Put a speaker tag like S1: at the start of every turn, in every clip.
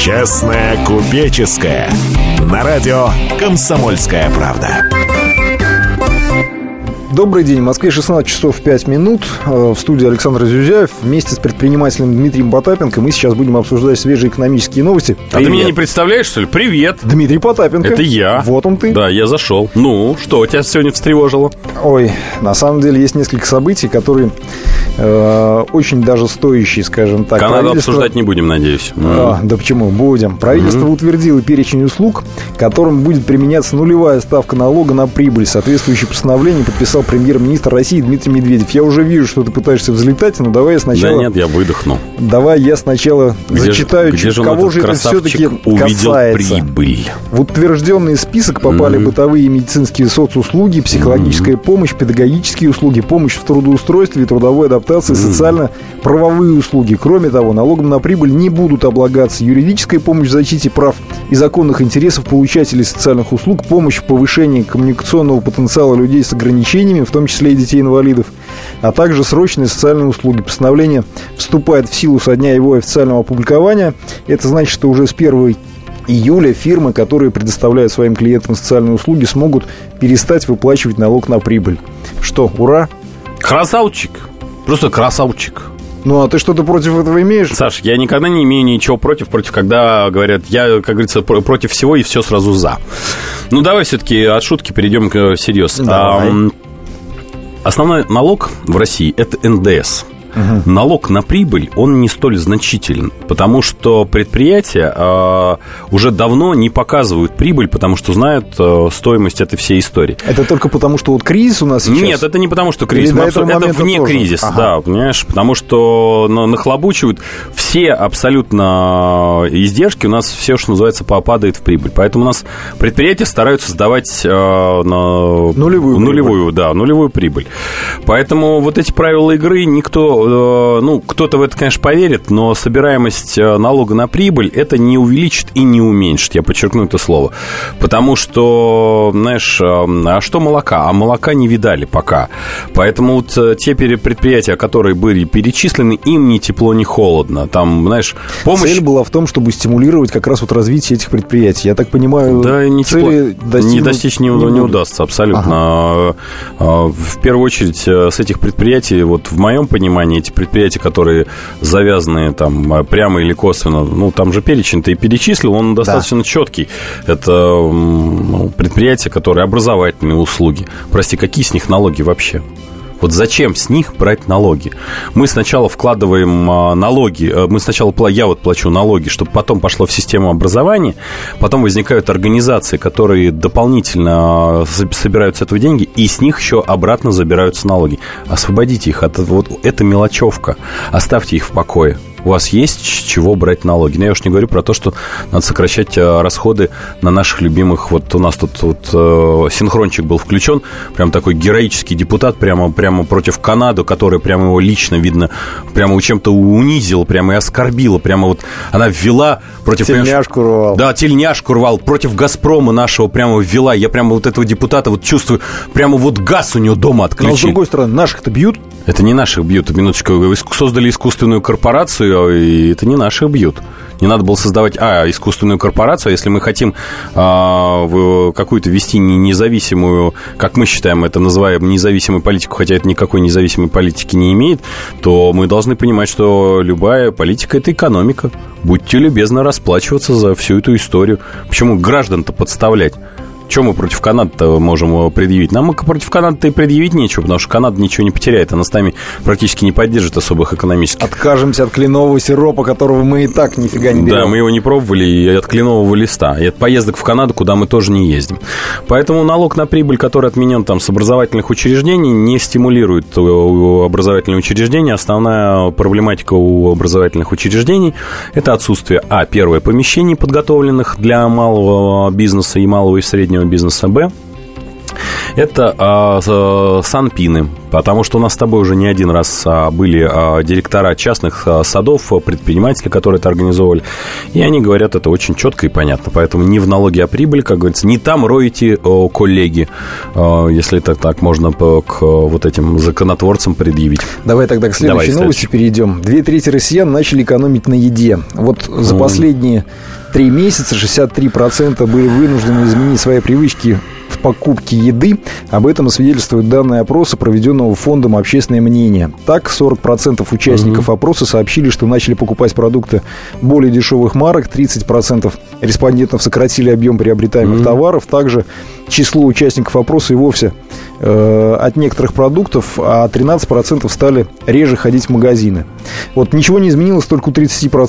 S1: Честная купеческая. На радио «Комсомольская правда».
S2: Добрый день. В Москве 16 часов 5 минут. В студии Александр Зюзяев. Вместе с предпринимателем Дмитрием Потапенко мы сейчас будем обсуждать свежие экономические новости.
S3: А ты меня не представляешь, что ли? Привет.
S2: Дмитрий Потапенко.
S3: Это я.
S2: Вот он ты.
S3: Да, я зашел. Ну, что тебя сегодня встревожило?
S2: Ой, на самом деле есть несколько событий, которые очень даже стоящие, скажем так.
S3: Канаду обсуждать не будем, надеюсь.
S2: Да почему? Будем. Правительство утвердило перечень услуг, которым будет применяться нулевая ставка налога на прибыль. Соответствующее постановление подписал премьер-министр России Дмитрий Медведев. Я уже вижу, что ты пытаешься взлетать, но давай я сначала...
S3: Да нет, я выдохну.
S2: Давай я сначала зачитаю, кого же это все-таки касается.
S3: Прибыль.
S2: В утвержденный список попали бытовые и медицинские соцуслуги, психологическая помощь, педагогические услуги, помощь в трудоустройстве и трудовой адаптации, социально-правовые услуги. Кроме того, налогом на прибыль не будут облагаться юридическая помощь в защите прав и законных интересов получателей социальных услуг, помощь в повышении коммуникационного потенциала людей с ограничениями, в том числе и детей-инвалидов, а также срочные социальные услуги. Постановление вступает в силу со дня его официального опубликования. Это значит, что уже с 1 июля фирмы, которые предоставляют своим клиентам социальные услуги, смогут перестать выплачивать налог на прибыль. Что, ура?
S3: Красавчик. Просто красавчик.
S2: Ну, а ты что-то против этого имеешь?
S3: Саш, я никогда не имею ничего против, когда говорят, я, как говорится, против всего и все сразу за. Ну, давай все-таки от шутки перейдем к серьезу. Основной налог в России – это НДС. Налог на прибыль, он не столь значителен, потому что предприятия уже давно не показывают прибыль, потому что знают стоимость этой всей истории.
S2: Это только потому, что вот кризис у нас сейчас?
S3: Нет, это не потому, что кризис. Это вне кризиса, да, понимаешь, потому что нахлобучивают все абсолютно издержки, у нас все, что называется, падает в прибыль. Поэтому у нас предприятия стараются сдавать нулевую прибыль. Поэтому вот эти правила игры никто... Ну, кто-то в это, конечно, поверит, но собираемость налога на прибыль это не увеличит и не уменьшит, я подчеркну это слово. Потому что, знаешь, а что молока? А молока не видали пока. Поэтому вот те предприятия, которые были перечислены, им ни тепло, ни холодно. Там, знаешь, помощь... Цель
S2: была в том, чтобы стимулировать как раз вот развитие этих предприятий. Я так понимаю,
S3: да, цели не достичь не удастся абсолютно. В первую очередь с этих предприятий, вот в моем понимании, эти предприятия, которые завязаны там прямо или косвенно, ну, там же перечень ты и перечислил, он достаточно четкий. Это предприятия, которые образовательные услуги. Прости, какие с них налоги вообще? Вот зачем с них брать налоги? Мы сначала вкладываем налоги, я вот плачу налоги, чтобы потом пошло в систему образования, потом возникают организации, которые дополнительно собирают с этого деньги, и с них еще обратно забираются налоги. Освободите их от вот это мелочевка, оставьте их в покое. У вас есть с чего брать налоги. Но я уж не говорю про то, что надо сокращать расходы на наших любимых. Вот у нас тут синхрончик был включен. Прям такой героический депутат прямо против Канады, которая прямо его лично, видно, прямо чем-то унизила, прямо и оскорбила. Прямо вот она ввела против...
S2: Тельняшку рвал.
S3: Да, тельняшку рвал. Против «Газпрома» нашего прямо ввела. Я прямо вот этого депутата вот чувствую, прямо вот газ у него дома отключили. Но с
S2: другой стороны, наших-то бьют?
S3: Это не наших бьют. Минуточку. Создали искусственную корпорацию, и это не наших бьют. Не надо было создавать искусственную корпорацию. Если мы хотим какую-то вести независимую, как мы считаем, это называем независимую политику, хотя это никакой независимой политики не имеет, то мы должны понимать, что любая политика – это экономика. Будьте любезны расплачиваться за всю эту историю. Почему граждан-то подставлять? Чем мы против Канады-то можем предъявить? Нам против Канады-то и предъявить нечего, потому что Канада ничего не потеряет. Она с нами практически не поддержит особых экономических.
S2: Откажемся от кленового сиропа, которого мы и так нифига не берем.
S3: Да, мы его не пробовали, и от кленового листа, и от поездок в Канаду, куда мы тоже не ездим. Поэтому налог на прибыль, который отменен там с образовательных учреждений, не стимулирует образовательные учреждения. Основная проблематика у образовательных учреждений – это отсутствие, первое, помещений, подготовленных для малого бизнеса и малого и среднего бизнеса, Это санпины. Потому что у нас с тобой уже не один раз были директора частных садов, предприниматели, которые это организовывали. И они говорят это очень четко и понятно. Поэтому не в налоге о прибыли, как говорится, не там роете, коллеги, если это так можно к вот этим законотворцам предъявить.
S2: Давай тогда к следующей новости перейдем. 2/3 россиян начали экономить на еде. Вот за последние 3 месяца 63% были вынуждены изменить свои привычки в покупке еды. Об этом свидетельствуют данные опроса, проведенного Фондом «Общественное мнение». Так, 40% участников опроса сообщили, что начали покупать продукты более дешевых марок, 30% респондентов сократили объем приобретаемых товаров. Также число участников опроса и вовсе от некоторых продуктов, а 13% стали реже ходить в магазины. Вот ничего не изменилось только у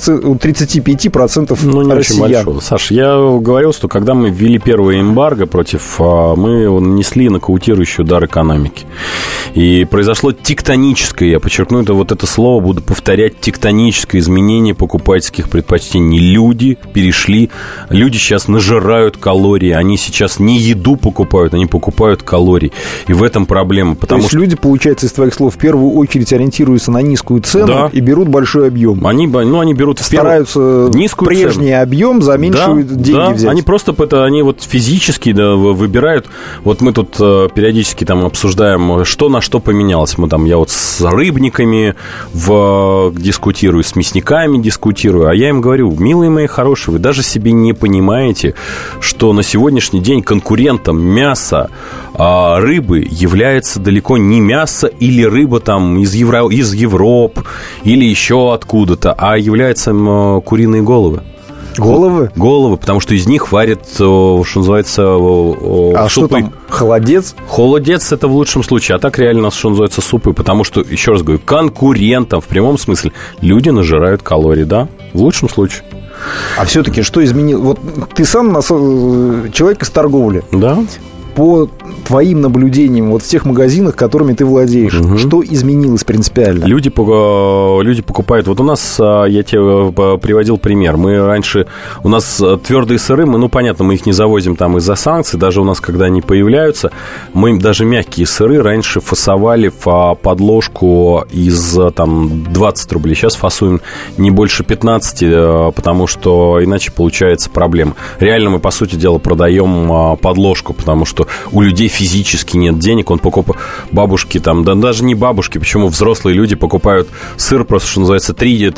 S2: 35% россиян.
S3: Саш, я говорил, что когда мы ввели первое эмбарго против, мы нанесли нокаутирующий удар экономики. И произошло тектоническое, я подчеркну это слово, буду повторять, тектоническое изменение покупательских предпочтений. Люди сейчас нажирают калории, они сейчас не еду покупают, они покупают калории. И в этом проблема.
S2: То есть люди, получается, из твоих слов, в первую очередь ориентируются на низкую цену и берут большой объем.
S3: Они берут
S2: стараются низкую прежний цену. Объем за меньшую деньги взять.
S3: Они просто они физически выбирают. Вот мы тут периодически обсуждаем, что на что поменялось. Я с рыбниками дискутирую, с мясниками дискутирую. А я им говорю: милые мои хорошие, вы даже себе не понимаете, что на сегодняшний день конкурентом мяса, рыбы является далеко не мясо или рыба из Европы или еще откуда-то, а являются куриные головы. Головы, потому что из них варят, что называется,
S2: супы. Что там, холодец?
S3: Холодец — это в лучшем случае, а так реально, что называется, супы, потому что, еще раз говорю, конкурентам, в прямом смысле, люди нажирают калорий, да, в лучшем случае.
S2: А все-таки что изменилось? Вот ты сам человек из торговли.
S3: Да.
S2: По твоим наблюдениям, в тех магазинах, которыми ты владеешь, что изменилось принципиально?
S3: Люди покупают. Вот у нас, я тебе приводил пример. У нас твердые сыры, понятно, мы их не завозим из-за санкций. Даже у нас, когда они появляются, мы даже мягкие сыры раньше фасовали в подложку из 20 рублей. Сейчас фасуем не больше 15, потому что иначе получается проблема. Реально мы, по сути дела, продаем подложку, потому что у людей физически нет денег. Бабушки даже не бабушки, почему взрослые люди покупают сыр просто, что называется,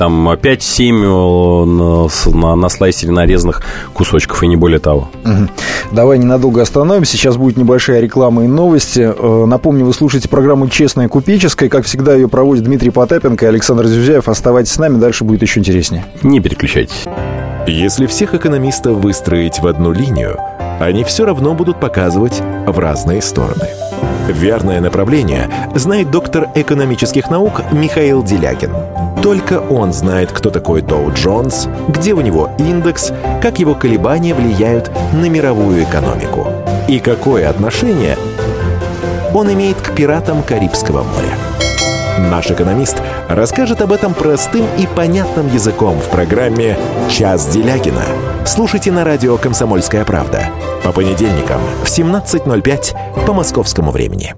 S3: 5-7 на слайсере нарезанных кусочков, и не более того.
S2: Давай ненадолго остановимся. Сейчас будет небольшая реклама и новости. Напомню, вы слушаете программу «Честная купеческая». Как всегда, ее проводят Дмитрий Потапенко и Александр Зюзяев. Оставайтесь с нами, дальше будет еще интереснее.
S3: Не переключайтесь.
S1: Если всех экономистов выстроить в одну линию, они все равно будут показывать в разные стороны. Верное направление знает доктор экономических наук Михаил Делягин. Только он знает, кто такой Доу Джонс, где у него индекс, как его колебания влияют на мировую экономику и какое отношение он имеет к пиратам Карибского моря. Наш экономист расскажет об этом простым и понятным языком в программе «Час Делягина». Слушайте на радио «Комсомольская правда» по понедельникам в 17:05 по московскому времени.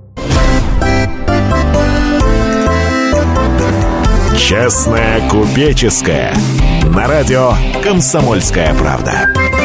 S1: «Честная купеческая» на радио «Комсомольская правда».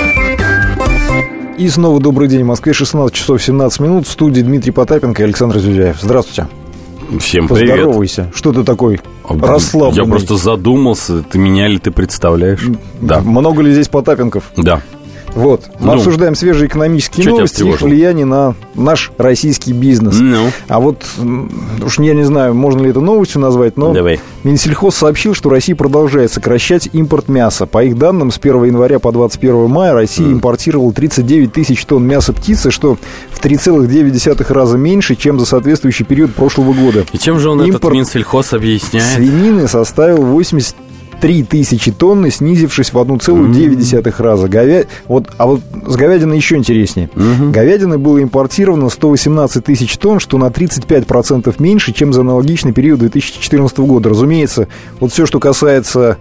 S2: И снова добрый день. В Москве 16 часов 17 минут. В студии Дмитрий Потапенко и Александр Зюзяев. Здравствуйте.
S3: Всем привет.
S2: Поздоровайся. Что ты такой расслабленный?
S3: Я просто задумался. Меня ли ты представляешь?
S2: Да. Много ли здесь Потапенков?
S3: Да.
S2: Вот. Мы обсуждаем свежие экономические новости и их влияние на наш российский бизнес. А вот, уж я не знаю, можно ли это новостью назвать, но
S3: давай.
S2: Минсельхоз сообщил, что Россия продолжает сокращать импорт мяса. По их данным, с 1 января по 21 мая Россия импортировала 39 тысяч тонн мяса птицы, что в 3,9 раза меньше, чем за соответствующий период прошлого года.
S3: И чем же он этот Минсельхоз объясняет?
S2: Свинины составил 83 тысячи тонн, снизившись в 1,9 раза. А вот с говядиной еще интереснее. Говядины было импортировано 118 тысяч тонн, что на 35% меньше, чем за аналогичный период 2014 года. Разумеется, вот все, что касается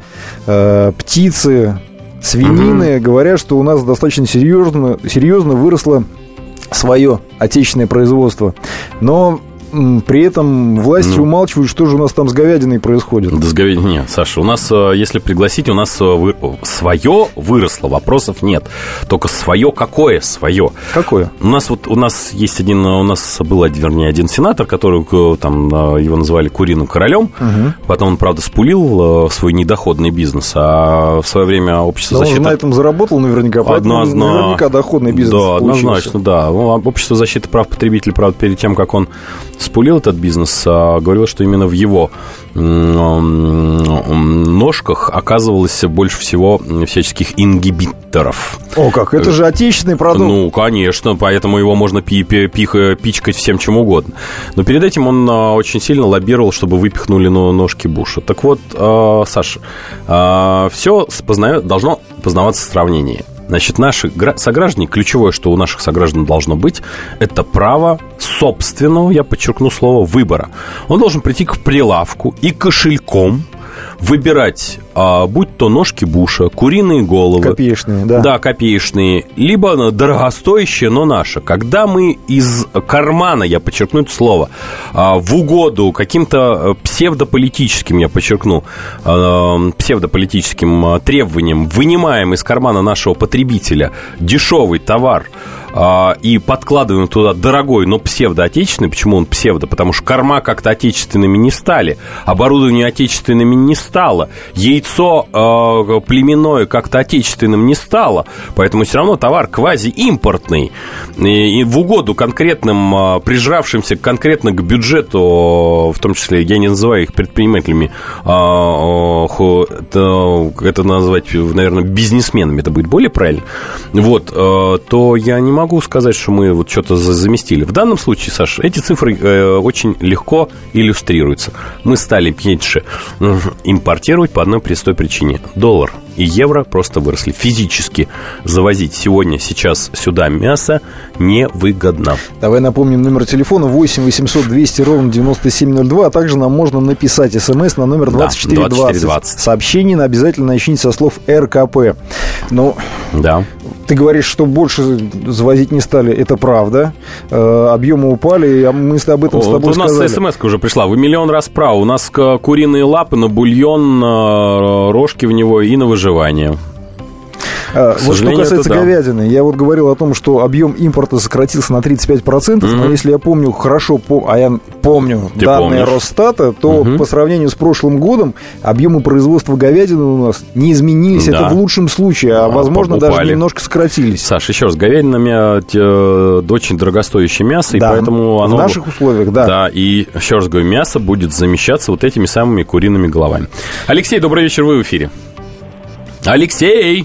S2: птицы, свинины, говорят, что у нас достаточно серьезно выросла свое отечественное производство. Но при этом власти умалчивают, что же у нас там с говядиной происходит.
S3: Да с говядиной нет, Саша. У нас, если пригласить, у нас свое выросло, вопросов нет. Только свое какое свое?
S2: Какое?
S3: У нас есть один сенатор, который там его называли куриным королем. Потом он, правда, спулил свой недоходный бизнес, а в свое время общество защиты...
S2: Он на этом заработал наверняка, поэтому наверняка доходный бизнес получился.
S3: Однозначно, да. Общество защиты прав потребителей, правда, перед тем, как он спулил этот бизнес, говорил, что именно в его ножках оказывалось больше всего всяческих ингибиторов.
S2: О, как, это же отечественный продукт.
S3: Ну, конечно, поэтому его можно пичкать всем чем угодно. Но перед этим он очень сильно лоббировал, чтобы выпихнули ножки Буша. Так вот, Саша, все должно познаваться в сравнении. Значит, наши сограждане, ключевое, что у наших сограждан должно быть, это право собственного, я подчеркну слово, выбора. Он должен прийти к прилавку и кошельком выбирать, будь то ножки Буша, куриные головы.
S2: Копеечные, да.
S3: Да, копеечные. Либо дорогостоящие, но наши. Когда мы из кармана, я подчеркну это слово, в угоду каким-то псевдополитическим, я подчеркну, псевдополитическим требованиям вынимаем из кармана нашего потребителя дешевый товар и подкладываем туда дорогой, но псевдоотечественный. Почему он псевдо? Потому что корма как-то отечественными не стали, оборудование отечественными не стало, яйцо племенное как-то отечественным не стало, поэтому все равно товар квазиимпортный. И в угоду конкретным, прижравшимся конкретно к бюджету, в том числе, я не называю их предпринимателями, это назвать, наверное, бизнесменами, это будет более правильно, вот, то я не могу сказать, что мы вот что-то заместили. В данном случае, Саша, эти цифры очень легко иллюстрируются. Мы стали меньше импортировать по одной простой причине. Доллар и евро просто выросли. Физически завозить сейчас сюда мясо невыгодно.
S2: Давай напомним номер телефона 8 800 200 ровно 9702, а также нам можно написать смс на номер 2420. Сообщение обязательно начните со слов РКП. Ну, да. Ты говоришь, что больше завозить не стали. Это правда. Объемы упали, а мы об этом с тобой сказали.
S3: У нас смс-ка уже пришла. Вы миллион раз правы. У нас куриные лапы на бульон, на рожки в него и на выживание.
S2: Вот что касается говядины, я вот говорил о том, что объем импорта сократился на 35%, но если я помню хорошо, а я помню данные Росстата, то по сравнению с прошлым годом объемы производства говядины у нас не изменились, это в лучшем случае, а возможно даже немножко сократились.
S3: Саш, еще раз, говядина очень дорогостоящее мясо, и поэтому оно...
S2: в наших условиях, да.
S3: Да, и еще раз говорю, мясо будет замещаться вот этими самыми куриными головами. Алексей, добрый вечер, вы в эфире. Алексей!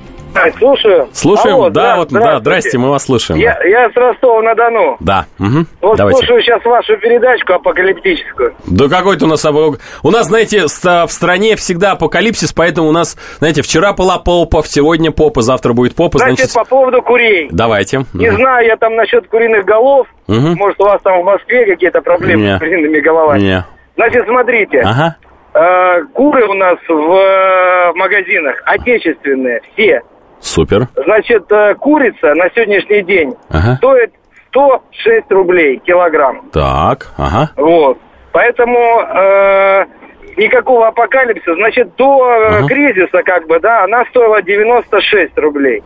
S3: Слушаем. Алло, да, здрасте, мы вас слушаем.
S4: Я с Ростова-на-Дону.
S3: Да.
S4: Вот давайте. Слушаю сейчас вашу передачку апокалиптическую.
S3: Да какой-то у нас... У нас, знаете, в стране всегда апокалипсис, поэтому у нас, знаете, вчера была попа, сегодня попа, завтра будет попа.
S4: Значит, по поводу курей.
S3: Давайте.
S4: Не знаю я там насчет куриных голов. Может, у вас там в Москве какие-то проблемы с куриными головами. Значит, смотрите. Куры у нас в магазинах отечественные, все.
S3: Супер.
S4: Значит, курица на сегодняшний день стоит 106 рублей килограмм.
S3: Так,
S4: Вот. Поэтому никакого апокалипсиса. Значит, до кризиса, она стоила 96 рублей.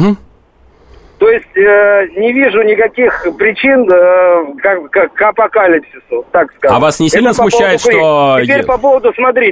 S4: То есть не вижу никаких причин к апокалипсису, так сказать.
S3: А вас не сильно смущает, что...
S4: Теперь по поводу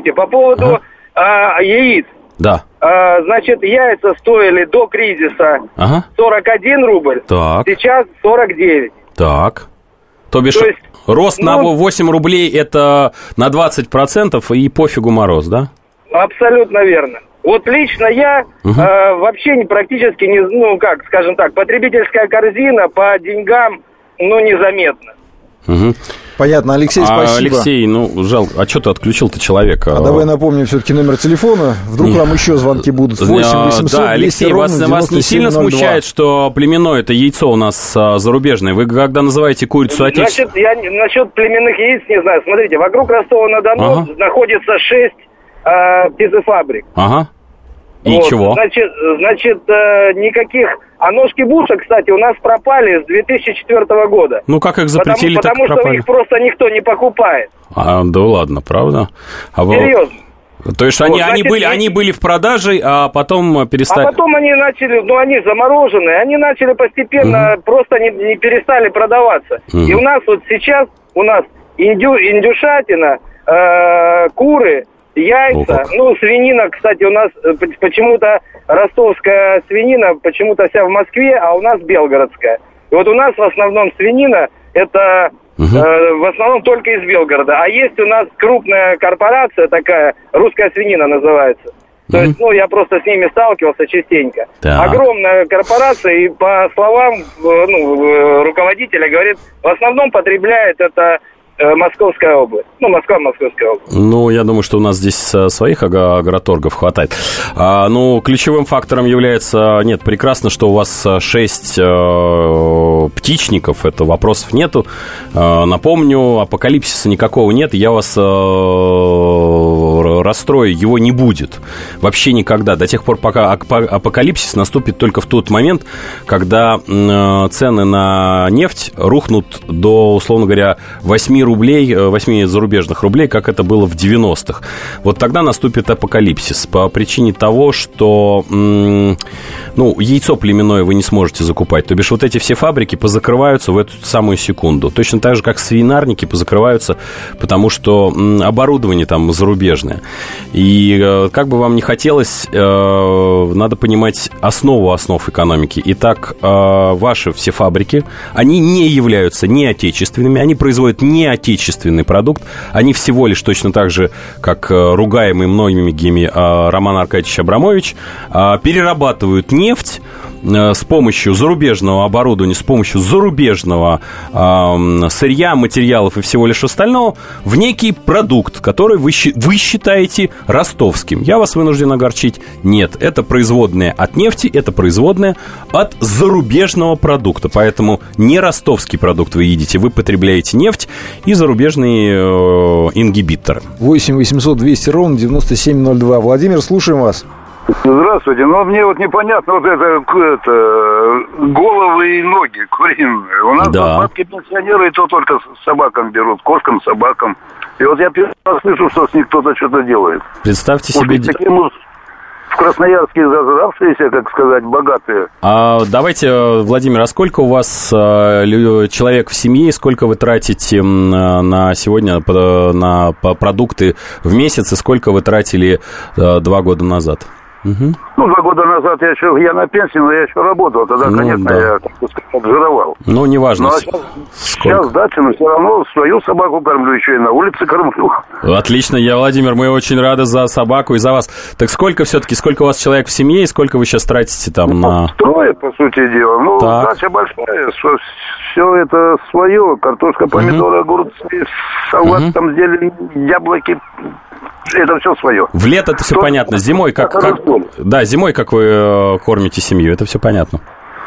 S4: яиц.
S3: Да.
S4: Значит, яйца стоили до кризиса 41 рубль, сейчас 49.
S3: Так. То бишь, рост на 8 рублей это на 20%, и пофигу мороз, да?
S4: Абсолютно верно. Вот лично я вообще практически не, скажем так, потребительская корзина по деньгам, незаметна.
S2: Понятно, Алексей, спасибо.
S3: Алексей, жалко, а что ты отключил-то человека?
S2: А давай напомним все-таки номер телефона. Вдруг нам еще звонки будут. 8 800
S3: да, Алексей, вас не сильно смущает, что племенное это яйцо у нас зарубежное? Вы когда называете курицу отечественной?
S4: Значит, я насчет племенных яиц не знаю. Смотрите, вокруг Ростова-на-Дону находится 6 птицефабрик.
S3: И чего?
S4: Значит, никаких А ножки Буша, кстати, у нас пропали с 2004 года.
S3: Ну, как их запретили, так
S4: потому
S3: пропали.
S4: Потому что их просто никто не покупает.
S3: Да ладно, правда?
S4: Серьезно.
S3: То есть они были в продаже, а потом перестали...
S4: А потом они начали, они замороженные, они начали постепенно, просто не перестали продаваться. И у нас вот сейчас, индюшатина, куры, яйца, свинина, кстати, у нас почему-то ростовская свинина почему-то вся в Москве, а у нас белгородская. И вот у нас в основном свинина, это... в основном только из Белгорода. А есть у нас крупная корпорация такая, русская свинина называется. То есть, я просто с ними сталкивался частенько. Так. Огромная корпорация, и по словам руководителя, говорит, в основном потребляет это Московская область. Московская область.
S3: Я думаю, что у нас здесь своих агроторгов хватает. Ключевым фактором является... Нет, прекрасно, что у вас 6 птичников, это вопросов нету. Напомню, апокалипсиса никакого нет, я вас расстрою, его не будет. Вообще никогда. До тех пор, пока апокалипсис наступит только в тот момент, когда цены на нефть рухнут до, условно говоря, 8 зарубежных рублей, как это было в 90-х. Вот тогда наступит апокалипсис по причине того, что яйцо племенное вы не сможете закупать. То бишь вот эти все фабрики позакрываются в эту самую секунду. Точно так же, как свинарники позакрываются, потому что оборудование там зарубежное. И как бы вам ни хотелось, надо понимать основу основ экономики. Итак, ваши все фабрики, они не являются не отечественными, они производят не отечественный продукт, они всего лишь точно так же, как ругаемый многими Роман Аркадьевич Абрамович, перерабатывают нефть с помощью зарубежного оборудования, с помощью зарубежного сырья, материалов и всего лишь остального в некий продукт, который вы считаете ростовским. Я вас вынужден огорчить. Нет, это производная от нефти, это производная от зарубежного продукта. Поэтому не ростовский продукт вы едите, вы потребляете нефть и зарубежные ингибиторы.
S2: 8 800 200 ровно 9702. Владимир, слушаем вас.
S5: Здравствуйте. Мне непонятно головы и ноги куриные. У нас бабки пенсионеры и то только собакам берут, кошкам, собакам. И вот я первый раз слышу, что с них кто-то что-то делает.
S3: Представьте себе...
S5: В Красноярске зажравшиеся, так сказать, богатые.
S3: Давайте, Владимир, а сколько у вас человек в семье, и сколько вы тратите на сегодня на продукты в месяц, и сколько вы тратили 2 года назад?
S5: 2 года назад я на пенсии, но я еще работал. Тогда, конечно, я, так сказать, жировал.
S3: Неважно.
S5: Сейчас дача, но все равно свою собаку кормлю, еще и на улице кормлю.
S3: Отлично, Владимир, мы очень рады за собаку и за вас. Так сколько у вас человек в семье, и сколько вы сейчас тратите там на...
S5: 3, по сути дела. Дача большая, все это свое. Картошка, помидоры, огурцы, салат, там зелень, яблоки... Это все свое.
S3: В лето это все понятно. Зимой зимой как вы кормите семью, это все понятно.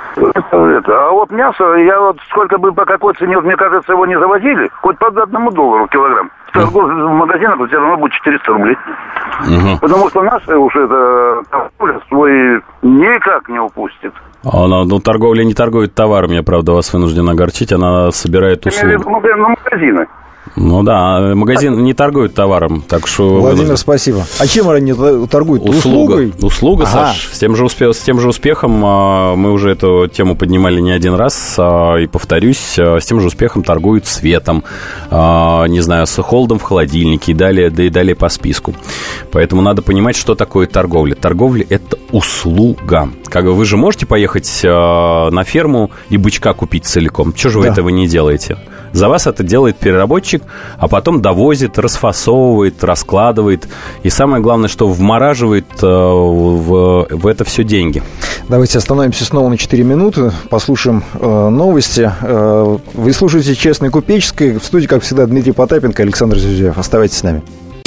S5: А вот мясо, сколько бы по какой цене, мне кажется, его не завозили, хоть по $1 килограмм. В торговых магазинах все равно будет 400 рублей. Потому что наши уж торговля свой никак не упустит.
S3: Торговля не торгует товаром, я, правда, вас вынужден огорчить, она собирает услуги.
S5: Магазины.
S3: Магазин не торгует товаром, так что...
S2: Владимир, спасибо. А чем они торгуют? Услугой?
S3: Услуга, Саш. С тем же успехом мы уже эту тему поднимали не один раз, и повторюсь, с тем же успехом торгуют светом, с холодом в холодильнике и далее по списку. Поэтому надо понимать, что такое торговля. Торговля – это услуга. Вы же можете поехать на ферму и бычка купить целиком. Чего же вы этого не делаете? За вас это делает переработчик, а потом довозит, расфасовывает, раскладывает. И самое главное, что вмораживает в это все деньги.
S2: Давайте остановимся снова на 4 минуты, послушаем новости. Вы слушаете «Честное купеческое». В студии, как всегда, Дмитрий Потапенко, Александр Зюзяев. Оставайтесь с нами.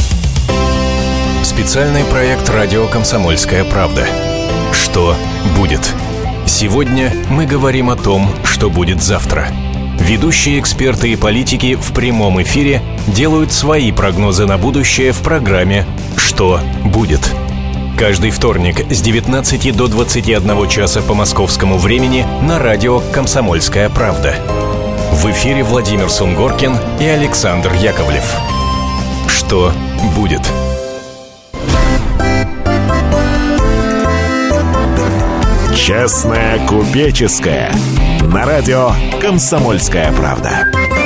S1: Специальный проект «Радио Комсомольская правда». Что будет? Сегодня мы говорим о том, что будет завтра. Ведущие эксперты и политики в прямом эфире делают свои прогнозы на будущее в программе «Что будет?».
S6: Каждый вторник с 19 до 21 часа по московскому времени на радио «Комсомольская правда». В эфире Владимир Сунгоркин и Александр Яковлев. Что будет?
S1: Честная купеческая. На радио «Комсомольская правда».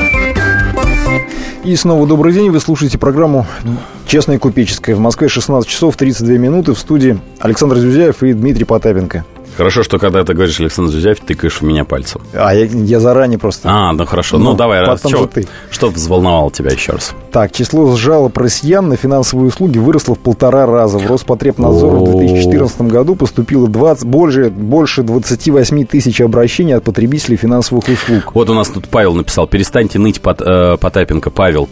S2: И снова добрый день. Вы слушаете программу «Честная купеческая». В Москве 16 часов 32 минуты. В студии Александр Зюзяев и Дмитрий Потапенко.
S3: Хорошо, что когда ты говоришь Александр Зюзяев, тыкаешь в меня пальцем.
S2: Я заранее просто.
S3: Ну хорошо. Ну давай, что взволновало тебя еще раз?
S2: Так, число жалоб россиян на финансовые услуги выросло в 1,5 раза. В Роспотребнадзор в 2014 году поступило больше 28 тысяч обращений от потребителей финансовых услуг.
S3: Вот у нас тут Павел написал: перестаньте ныть, Потапенко. Павел,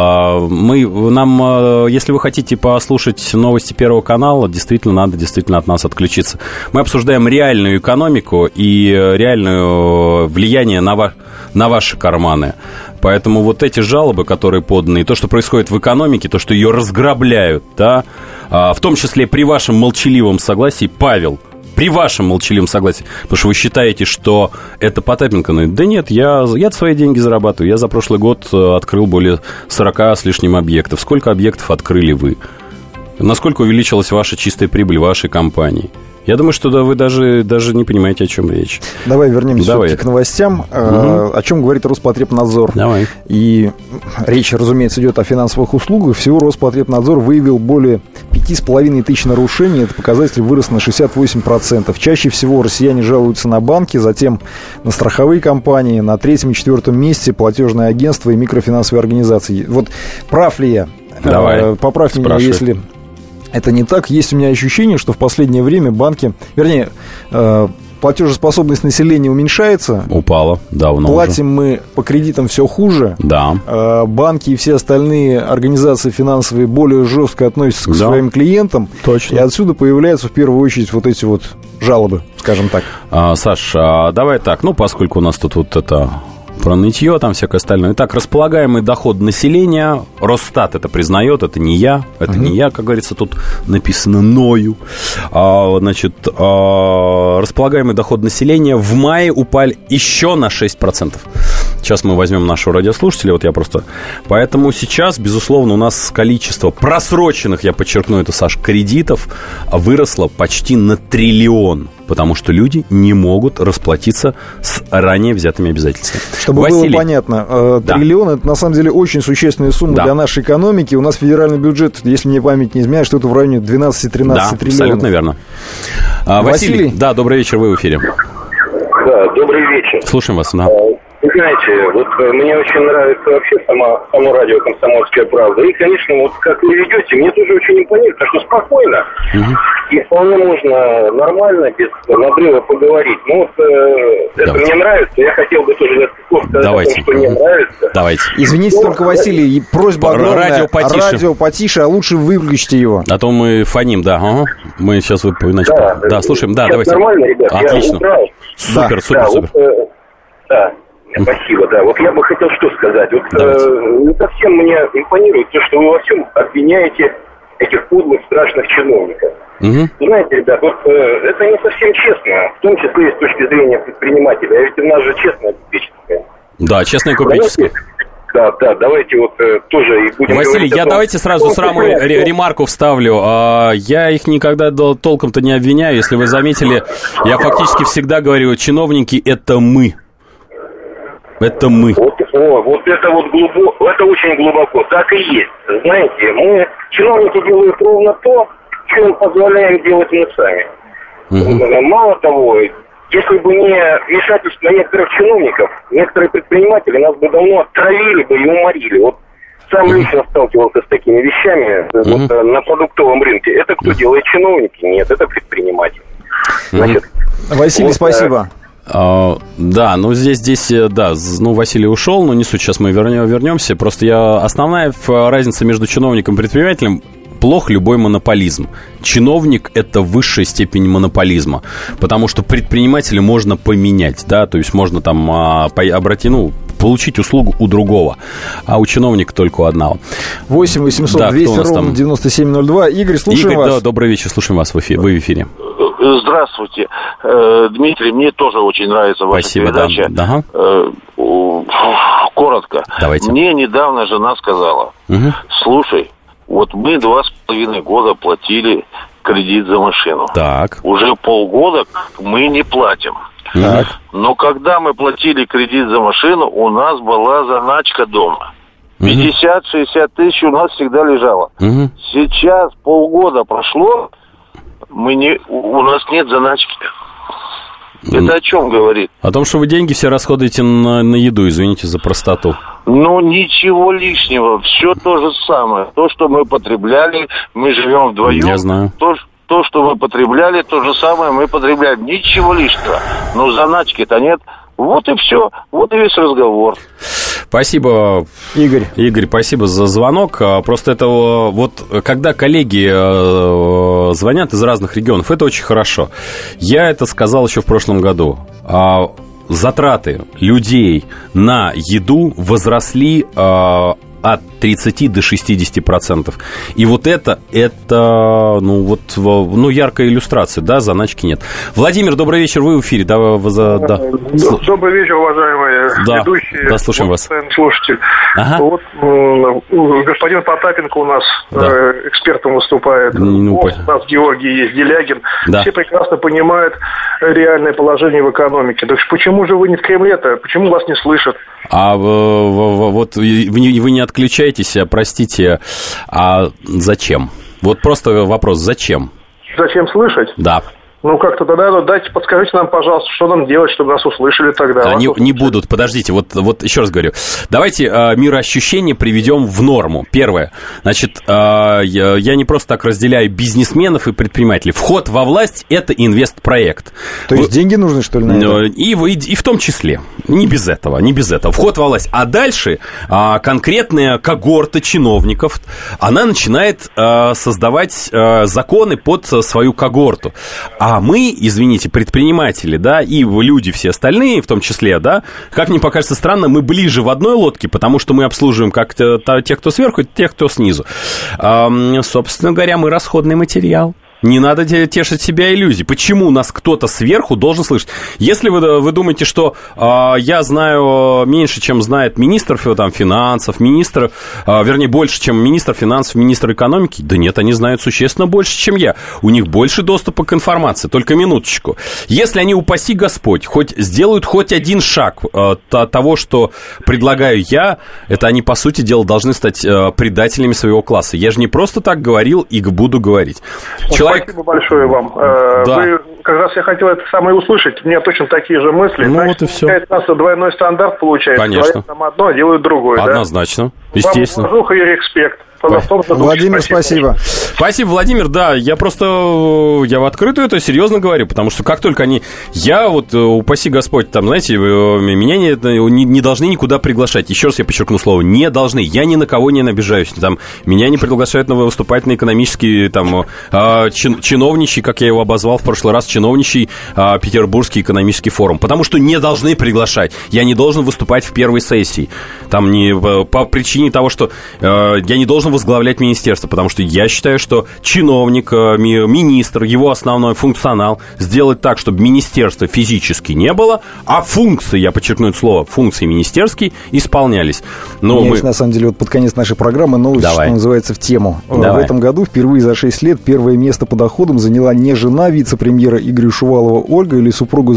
S3: если вы хотите послушать новости Первого канала, надо от нас отключиться. Мы обсуждаем реальную экономику и реальное влияние на ваши карманы. Поэтому вот эти жалобы, которые поданы, и то, что происходит в экономике, то, что ее разграбляют, да, в том числе при вашем молчаливом согласии, Павел, при вашем молчаливом согласии, потому что вы считаете, что это Потапенко. Да нет, я свои деньги зарабатываю. Я за прошлый год открыл более 40 с лишним объектов. Сколько объектов открыли вы? Насколько увеличилась ваша чистая прибыль вашей компании? Я думаю, что вы даже не понимаете, о чем речь.
S2: Давай вернемся все-таки к новостям. О чем говорит Роспотребнадзор.
S3: Давай.
S2: И речь, разумеется, идет о финансовых услугах. Всего Роспотребнадзор выявил более 5,5 тысяч нарушений. Это показатель вырос на 68%. Чаще всего россияне жалуются на банки, затем на страховые компании, на 3-м и 4-м месте платежные агентства и микрофинансовые организации. Вот прав ли я?
S3: Давай.
S2: Поправь меня, если это не так. Есть у меня ощущение, что в последнее время банки, платежеспособность населения уменьшается.
S3: Упала, давно.
S2: Платим мы по кредитам все хуже.
S3: Да.
S2: Банки и все остальные организации финансовые более жестко относятся к своим клиентам.
S3: Точно.
S2: И отсюда появляются в первую очередь вот эти вот жалобы, скажем так.
S3: Саш, давай так, поскольку у нас тут вот это... про нытье, там всякое остальное. Итак, располагаемый доход населения, Росстат это признает, это не я, как говорится, тут написано мною. Располагаемый доход населения в мае упал еще на 6%. Сейчас мы возьмем нашего радиослушателя, Поэтому сейчас, безусловно, у нас количество просроченных, я подчеркну это, Саш, кредитов выросло почти на 1 триллион. Потому что люди не могут расплатиться с ранее взятыми обязательствами.
S2: Чтобы было понятно, триллион – это на самом деле очень существенная сумма для нашей экономики. У нас федеральный бюджет, если мне память не изменяет, что-то в районе 12-13 триллионов.
S3: Абсолютно верно. Василий, добрый вечер, вы в эфире.
S7: Да, добрый вечер.
S3: Слушаем вас,
S7: Вы знаете, мне очень нравится вообще само радио «Комсомольская правда». И, конечно, как вы ведете, мне тоже очень импонирует, потому что спокойно и вполне можно нормально, без надрыва поговорить. Это мне нравится. Я хотел бы тоже несколько слов сказать о том, что мне нравится.
S3: Давайте.
S2: Извините только, Василий, просьба огромная. Радио потише, а лучше выключите его.
S3: А то мы фоним, Мы сейчас иначе... Да, слушаем, давайте.
S7: Нормально, ребят?
S3: Отлично. Супер.
S7: Да. Спасибо, я бы хотел что сказать. Не совсем мне импонирует то, что вы во всем обвиняете этих подлых, страшных чиновников. Знаете, ребят, это не совсем честно, в том числе и с точки зрения предпринимателя. А ведь у нас же честная купеческая.
S3: Да, честная купеческая.
S7: Да, давайте тоже и будем...
S3: Василий, давайте сразу сраму ремарку вставлю. Я их никогда толком-то не обвиняю. Если вы заметили, я фактически всегда говорю, чиновники – это мы. Это мы.
S7: Это очень глубоко. Так и есть. Знаете, чиновники делают ровно то, что им позволяем делать мы сами. Мало того, если бы не вмешательство некоторых чиновников, некоторые предприниматели нас бы давно отравили бы и уморили. Сам лично сталкивался с такими вещами на продуктовом рынке. Это кто делает? Чиновники? Нет, это предприниматели.
S2: Василий, спасибо.
S3: Здесь, Василий ушел, но не суть, сейчас мы вернемся. Просто основная разница между чиновником и предпринимателем – плох любой монополизм. Чиновник – это высшая степень монополизма, потому что предпринимателя можно поменять, то есть можно получить услугу у другого, а у чиновника только у одного.
S2: 8 800 200 ровно 9702. Игорь, слушаем вас.
S3: Да, добрый вечер, слушаем вас в эфире. Вы в эфире.
S5: Здравствуйте, Дмитрий, мне тоже очень нравится ваша передача.
S3: Да.
S5: Коротко.
S3: Давайте.
S5: Мне недавно жена сказала, слушай, вот мы 2,5 года платили кредит за машину.
S3: Так.
S5: Уже полгода мы не платим.
S3: Так.
S5: Но когда мы платили кредит за машину, у нас была заначка дома. 50-60 тысяч у нас всегда лежало. Сейчас полгода прошло, у нас нет заначки. Это о чем говорит?
S3: О том, что вы деньги все расходуете на еду, извините за простоту.
S5: Ну, ничего лишнего, все то же самое. То, что мы потребляли, мы живем вдвоем.
S3: Я знаю.
S5: То, что мы потребляли, то же самое мы потребляем. Ничего лишнего. Но заначки-то нет. Вот и все. Вот и весь разговор.
S3: Спасибо, Игорь, спасибо за звонок. Просто это вот, когда коллеги звонят из разных регионов, это очень хорошо. Я это сказал еще в прошлом году. Затраты людей на еду возросли от 30 до 60%. И вот это яркая иллюстрация, да, заначки нет. Владимир, добрый вечер, вы в эфире.
S8: Добрый вечер, уважаемые ведущие.
S3: Да, слушаем вас.
S8: Слушатель.
S3: Ага.
S8: Вот господин Потапенко у нас экспертом выступает. У нас Георгий есть, Делягин.
S3: Да.
S8: Все прекрасно понимают реальное положение в экономике. Так почему же вы не в Кремле-то? Почему вас не слышат?
S3: А вот вы не отключаетесь, простите, а зачем? Вот просто вопрос, зачем?
S8: Зачем слышать?
S3: Да.
S8: Ну, как-то тогда подскажите нам, пожалуйста, что нам делать, чтобы нас услышали тогда.
S3: Не будут, подождите, вот еще раз говорю. Давайте мироощущение приведем в норму. Первое, значит, я не просто так разделяю бизнесменов и предпринимателей. Вход во власть – это инвестпроект.
S2: То есть деньги нужны, что ли, на это?
S3: И в том числе. Не без этого. Вход во власть. А дальше конкретная когорта чиновников, она начинает создавать законы под свою когорту. А мы, извините, предприниматели, да, и люди все остальные, в том числе, да, как мне покажется странно, мы ближе в одной лодке, потому что мы обслуживаем как тех, кто сверху, и тех, кто снизу. Собственно говоря, мы расходный материал. Не надо тешить себя иллюзий. Почему нас кто-то сверху должен слышать? Если вы думаете, что я знаю меньше, чем знает министр финансов, больше, чем министр финансов, министр экономики, да нет, они знают существенно больше, чем я. У них больше доступа к информации. Только минуточку. Если они, упаси Господь, сделают хоть один шаг того, что предлагаю я, это они, по сути дела, должны стать предателями своего класса. Я же не просто так говорил и буду говорить.
S8: Спасибо большое вам.
S3: Да.
S8: Вы, как раз я хотел это самое услышать. У меня точно такие же мысли.
S3: Ну,
S8: значит,
S3: вот и все.
S8: У нас двойной стандарт получается.
S3: Конечно.
S8: Говорят нам одно, а делают другое.
S3: Однозначно. Да? Естественно.
S8: Вам уважуха и респект.
S2: Владимир, спасибо.
S3: Спасибо, Владимир, да, я в открытую это серьезно говорю, потому что как только упаси Господь, там, знаете, меня не должны никуда приглашать. Еще раз я подчеркну слово, не должны. Я ни на кого не обижаюсь. Там, меня не приглашают выступать на экономический, чиновничий, как я его обозвал в прошлый раз, чиновничий Петербургский экономический форум, потому что не должны приглашать. Я не должен выступать в первой сессии. Там по причине того, что я не должен возглавлять министерство, потому что я считаю, что чиновник, министр, его основной функционал сделать так, чтобы министерства физически не было, а функции, я подчеркну это слово, функции министерские исполнялись.
S2: На самом деле, под конец нашей программы новость, что называется, в тему.
S3: Давай.
S2: В этом году впервые за 6 лет первое место по доходам заняла не жена вице-премьера Игоря Шувалова Ольга или супруга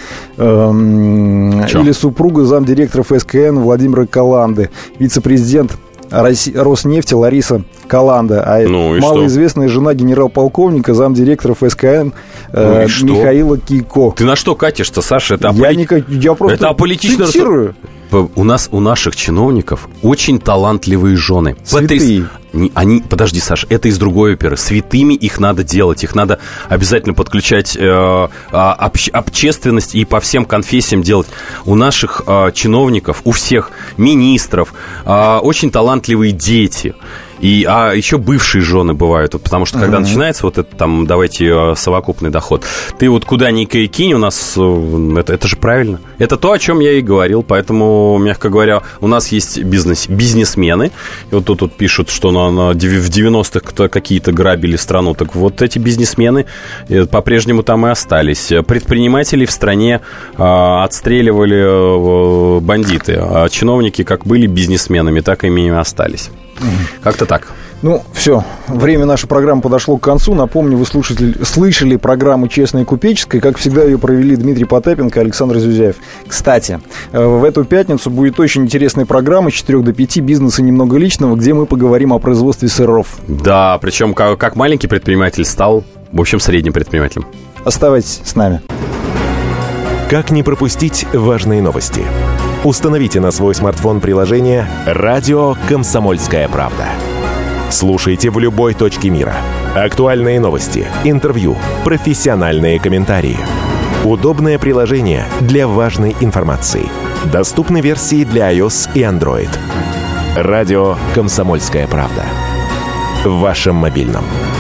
S2: замдиректора ФСКН Владимира Каланды, вице-президент Роснефти Лариса Каланда, малоизвестная жена генерал-полковника, замдиректора ФСКН Михаила Кийко.
S3: Ты на что катишь-то, Саша?
S2: Я просто цитирую.
S3: У наших чиновников очень талантливые жены.
S2: Святые.
S3: Подожди, Саша, это из другой оперы. Святыми их надо делать, их надо обязательно подключать общественность и по всем конфессиям делать. У наших чиновников, у всех министров очень талантливые дети. А еще бывшие жены бывают, потому что когда начинается вот это там, давайте, совокупный доход, ты вот куда ни кинь, у нас, это же правильно. Это то, о чем я и говорил, поэтому, мягко говоря, у нас есть бизнесмены, и вот тут пишут, что в 90-х какие-то грабили страну, так вот эти бизнесмены по-прежнему там и остались. Предпринимателей в стране отстреливали бандиты, а чиновники как были бизнесменами, так ими и остались. Как-то так.
S2: Ну, все, время нашей программы подошло к концу. Напомню, вы слышали программу «Честная и купеческая». Как всегда, ее провели Дмитрий Потапенко и Александр Зюзяев. Кстати, в эту пятницу будет очень интересная программа с 4 до 5 «Бизнес и немного личного», где мы поговорим о производстве сыров.
S3: Да, причем как маленький предприниматель стал, в общем, средним предпринимателем.
S2: Оставайтесь с нами.
S1: Как не пропустить важные новости? Установите на свой смартфон приложение «Радио Комсомольская правда». Слушайте в любой точке мира. Актуальные новости, интервью, профессиональные комментарии. Удобное приложение для важной информации. Доступны версии для iOS и Android. «Радио Комсомольская правда». В вашем мобильном.